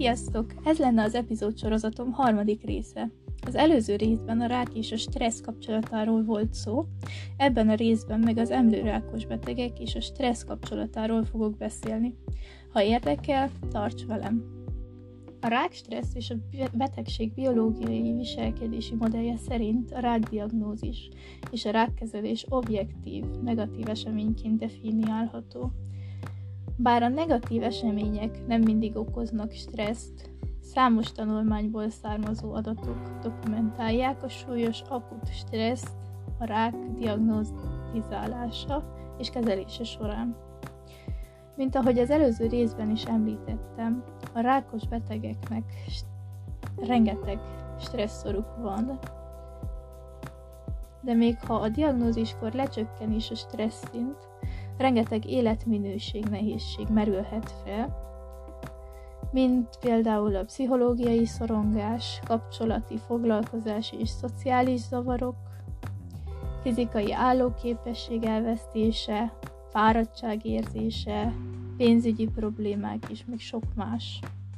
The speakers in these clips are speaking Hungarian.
Sziasztok! Ez lenne az epizódsorozatom harmadik része. Az előző részben a rák és a stressz kapcsolatáról volt szó, ebben a részben meg az emlőrákos betegek és a stressz kapcsolatáról fogok beszélni. Ha érdekel, tarts velem! A rákstressz és a betegség biológiai viselkedési modellje szerint a rákdiagnózis és a rákkezelés objektív, negatív eseményként definiálható. Bár a negatív események nem mindig okoznak stresszt, számos tanulmányból származó adatok dokumentálják a súlyos akut stresszt a rák diagnosztizálása és kezelése során. Mint ahogy az előző részben is említettem, a rákos betegeknek rengeteg stresszoruk van, de még ha a diagnóziskor lecsökken is a stressz szint, rengeteg életminőség nehézség merülhet fel, mint például a pszichológiai szorongás, kapcsolati, foglalkozási és szociális zavarok, fizikai állóképesség elvesztése, fáradtságérzése, pénzügyi problémák és még sok más.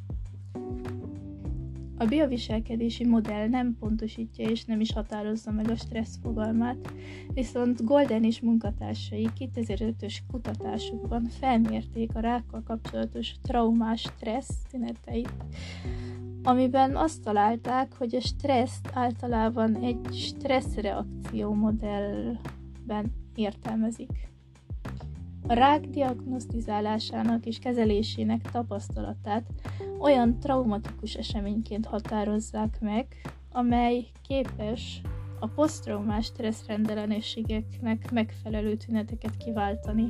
A bioviselkedési modell nem pontosítja és nem is határozza meg a stressz fogalmát, viszont Golden és munkatársai 2005-ös kutatásukban felmérték a rákkal kapcsolatos traumás stressz tüneteit, amiben azt találták, hogy a stresszt általában egy stresszreakció modellben értelmezik. A rák diagnosztizálásának és kezelésének tapasztalatát olyan traumatikus eseményként határozzák meg, amely képes a posztraumás stresszrendellenességeknek megfelelő tüneteket kiváltani.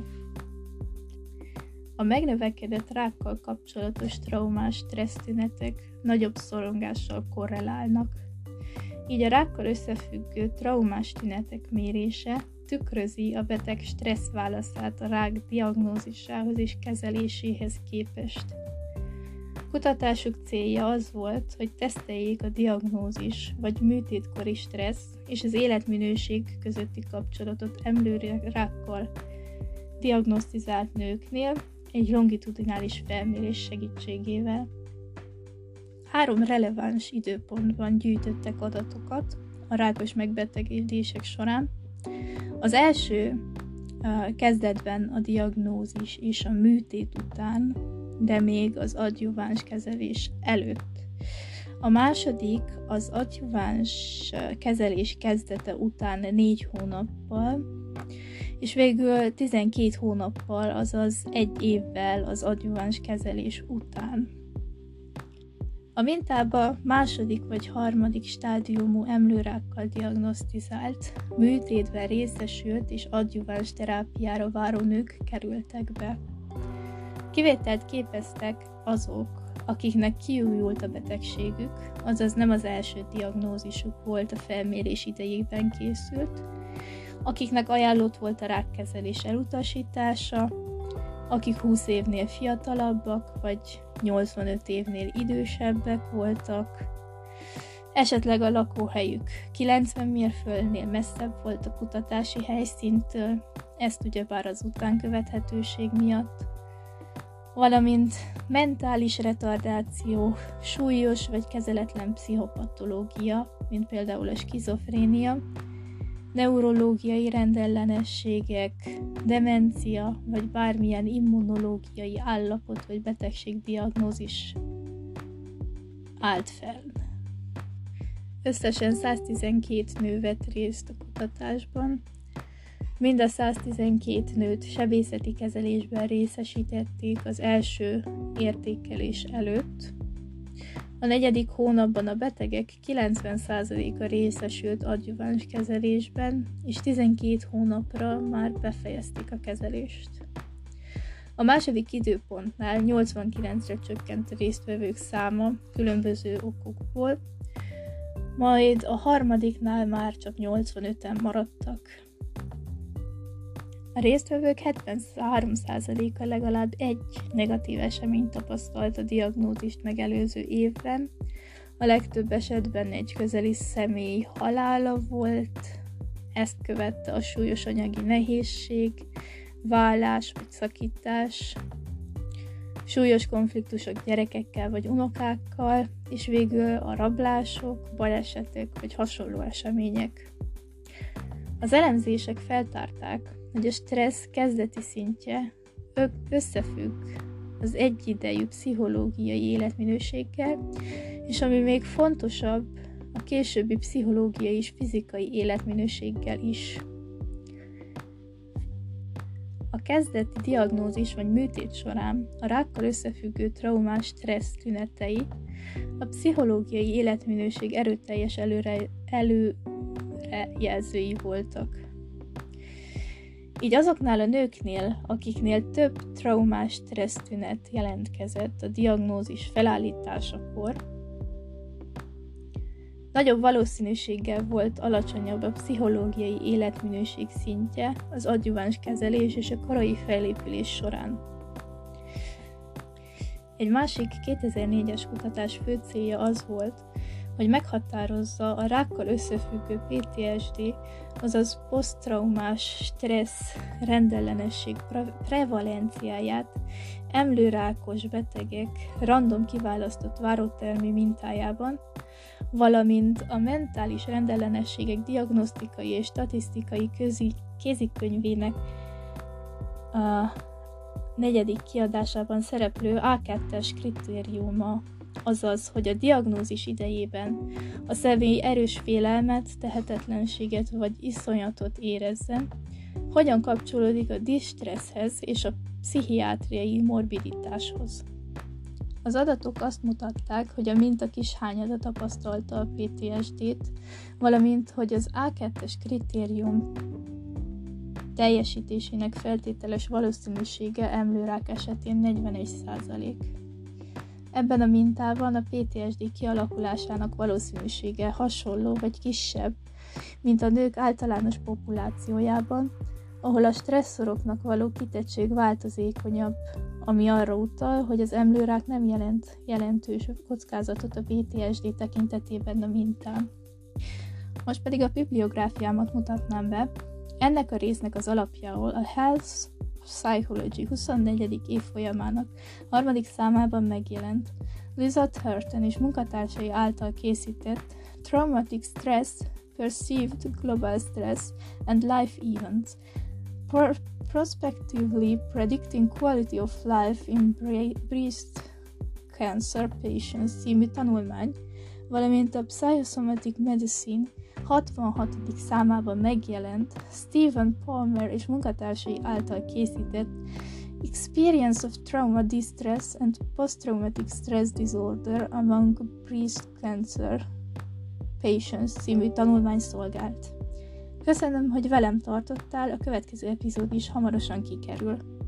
A megnövekedett rákkal kapcsolatos traumás stressztünetek nagyobb szorongással korrelálnak. Így a rákkal összefüggő traumás tünetek mérése tükrözi a beteg stressz válaszát a rák diagnózisához és kezeléséhez képest. Kutatásuk célja az volt, hogy teszteljék a diagnózis vagy műtétkori stressz és az életminőség közötti kapcsolatot emlőrákkal diagnosztizált nőknél egy longitudinális felmérés segítségével. 3 releváns időpontban gyűjtöttek adatokat a rákos megbetegedések során. Az első kezdetben a diagnózis és a műtét után, de még az adjuváns kezelés előtt. A második az adjuváns kezelés kezdete után 4 hónappal, és végül 12 hónappal, azaz 1 évvel az adjuváns kezelés után. A mintába második vagy harmadik stádiumú emlőrákkal diagnosztizált, műtétben részesült és adjuváns terápiára váró nők kerültek be. Kivételt képeztek azok, akiknek kiújult a betegségük, azaz nem az első diagnózisuk volt, a felmérés idejében készült, akiknek ajánlott volt a rákkezelés elutasítása, akik 20 évnél fiatalabbak, vagy 85 évnél idősebbek voltak, esetleg a lakóhelyük 90 mérföldnél messzebb volt a kutatási helyszíntől, ezt ugyebár az utánkövethetőség miatt, valamint mentális retardáció, súlyos vagy kezeletlen pszichopatológia, mint például a skizofrénia, neurológiai rendellenességek, demencia vagy bármilyen immunológiai állapot vagy betegségdiagnózis állt fel. Összesen 112 nő vett részt a kutatásban. Mind a 112 nőt sebészeti kezelésben részesítették az első értékelés előtt. A 4. hónapban a betegek 90%-a részesült adjuváns kezelésben, és 12 hónapra már befejezték a kezelést. A második időpontnál 89-re csökkent a résztvevők száma különböző okokból, majd a harmadiknál már csak 85-en maradtak. A résztvevők 73%-a legalább egy negatív eseményt tapasztalt a diagnózist megelőző évben, a legtöbb esetben egy közeli személy halála volt, ezt követte a súlyos anyagi nehézség, vállás vagy szakítás. súlyos konfliktusok gyerekekkel vagy unokákkal, és végül a rablások, balesetek vagy hasonló események. Az elemzések feltárták, hogy a stressz kezdeti szintje összefügg az egyidejű pszichológiai életminőséggel, és ami még fontosabb, a későbbi pszichológiai és fizikai életminőséggel is. A kezdeti diagnózis vagy műtét során a rákkal összefüggő traumás stressz tünetei a pszichológiai életminőség erőteljes előrejelzői voltak. Így azoknál a nőknél, akiknél több traumás stressz tünet jelentkezett a diagnózis felállításakor, nagyobb valószínűséggel volt alacsonyabb a pszichológiai életminőség szintje az adjuváns kezelés és a korai felépülés során. Egy másik 2004-es kutatás fő célja az volt, hogy meghatározza a rákkal összefüggő PTSD, azaz poszttraumás stressz rendellenesség prevalenciáját emlőrákos betegek random kiválasztott várótermi mintájában, valamint a mentális rendellenességek diagnosztikai és statisztikai kézikönyvének a 4. kiadásában szereplő A2-es kritériuma, azaz, hogy a diagnózis idejében a személy erős félelmet, tehetetlenséget vagy iszonyatot érezzen, hogyan kapcsolódik a distresszhez és a pszichiátriai morbiditáshoz. Az adatok azt mutatták, hogy a minta kis hányada tapasztalta a PTSD-t, valamint, hogy az A2-es kritérium teljesítésének feltételes valószínűsége emlőrák esetén 41%. Ebben a mintában a PTSD kialakulásának valószínűsége hasonló vagy kisebb, mint a nők általános populációjában, ahol a stresszoroknak való kitettség változékonyabb, ami arra utal, hogy az emlőrák nem jelent jelentős kockázatot a PTSD tekintetében a mintán. Most pedig a bibliográfiámat mutatnám be. Ennek a résznek az alapjául a Health Psychology 24. évfolyamának 3. számában megjelent Liza Turton és munkatársai által készített Traumatic Stress, Perceived Global Stress and Life Events, Prospectively Predicting Quality of Life in Breast Cancer Patients című tanulmány, valamint a Psychosomatic Medicine 66. számában megjelent Stephen Palmer és munkatársai által készített Experience of Trauma Distress and Post-Traumatic Stress Disorder Among Breast Cancer Patients című tanulmány szolgált. Köszönöm, hogy velem tartottál, a következő epizód is hamarosan kikerül.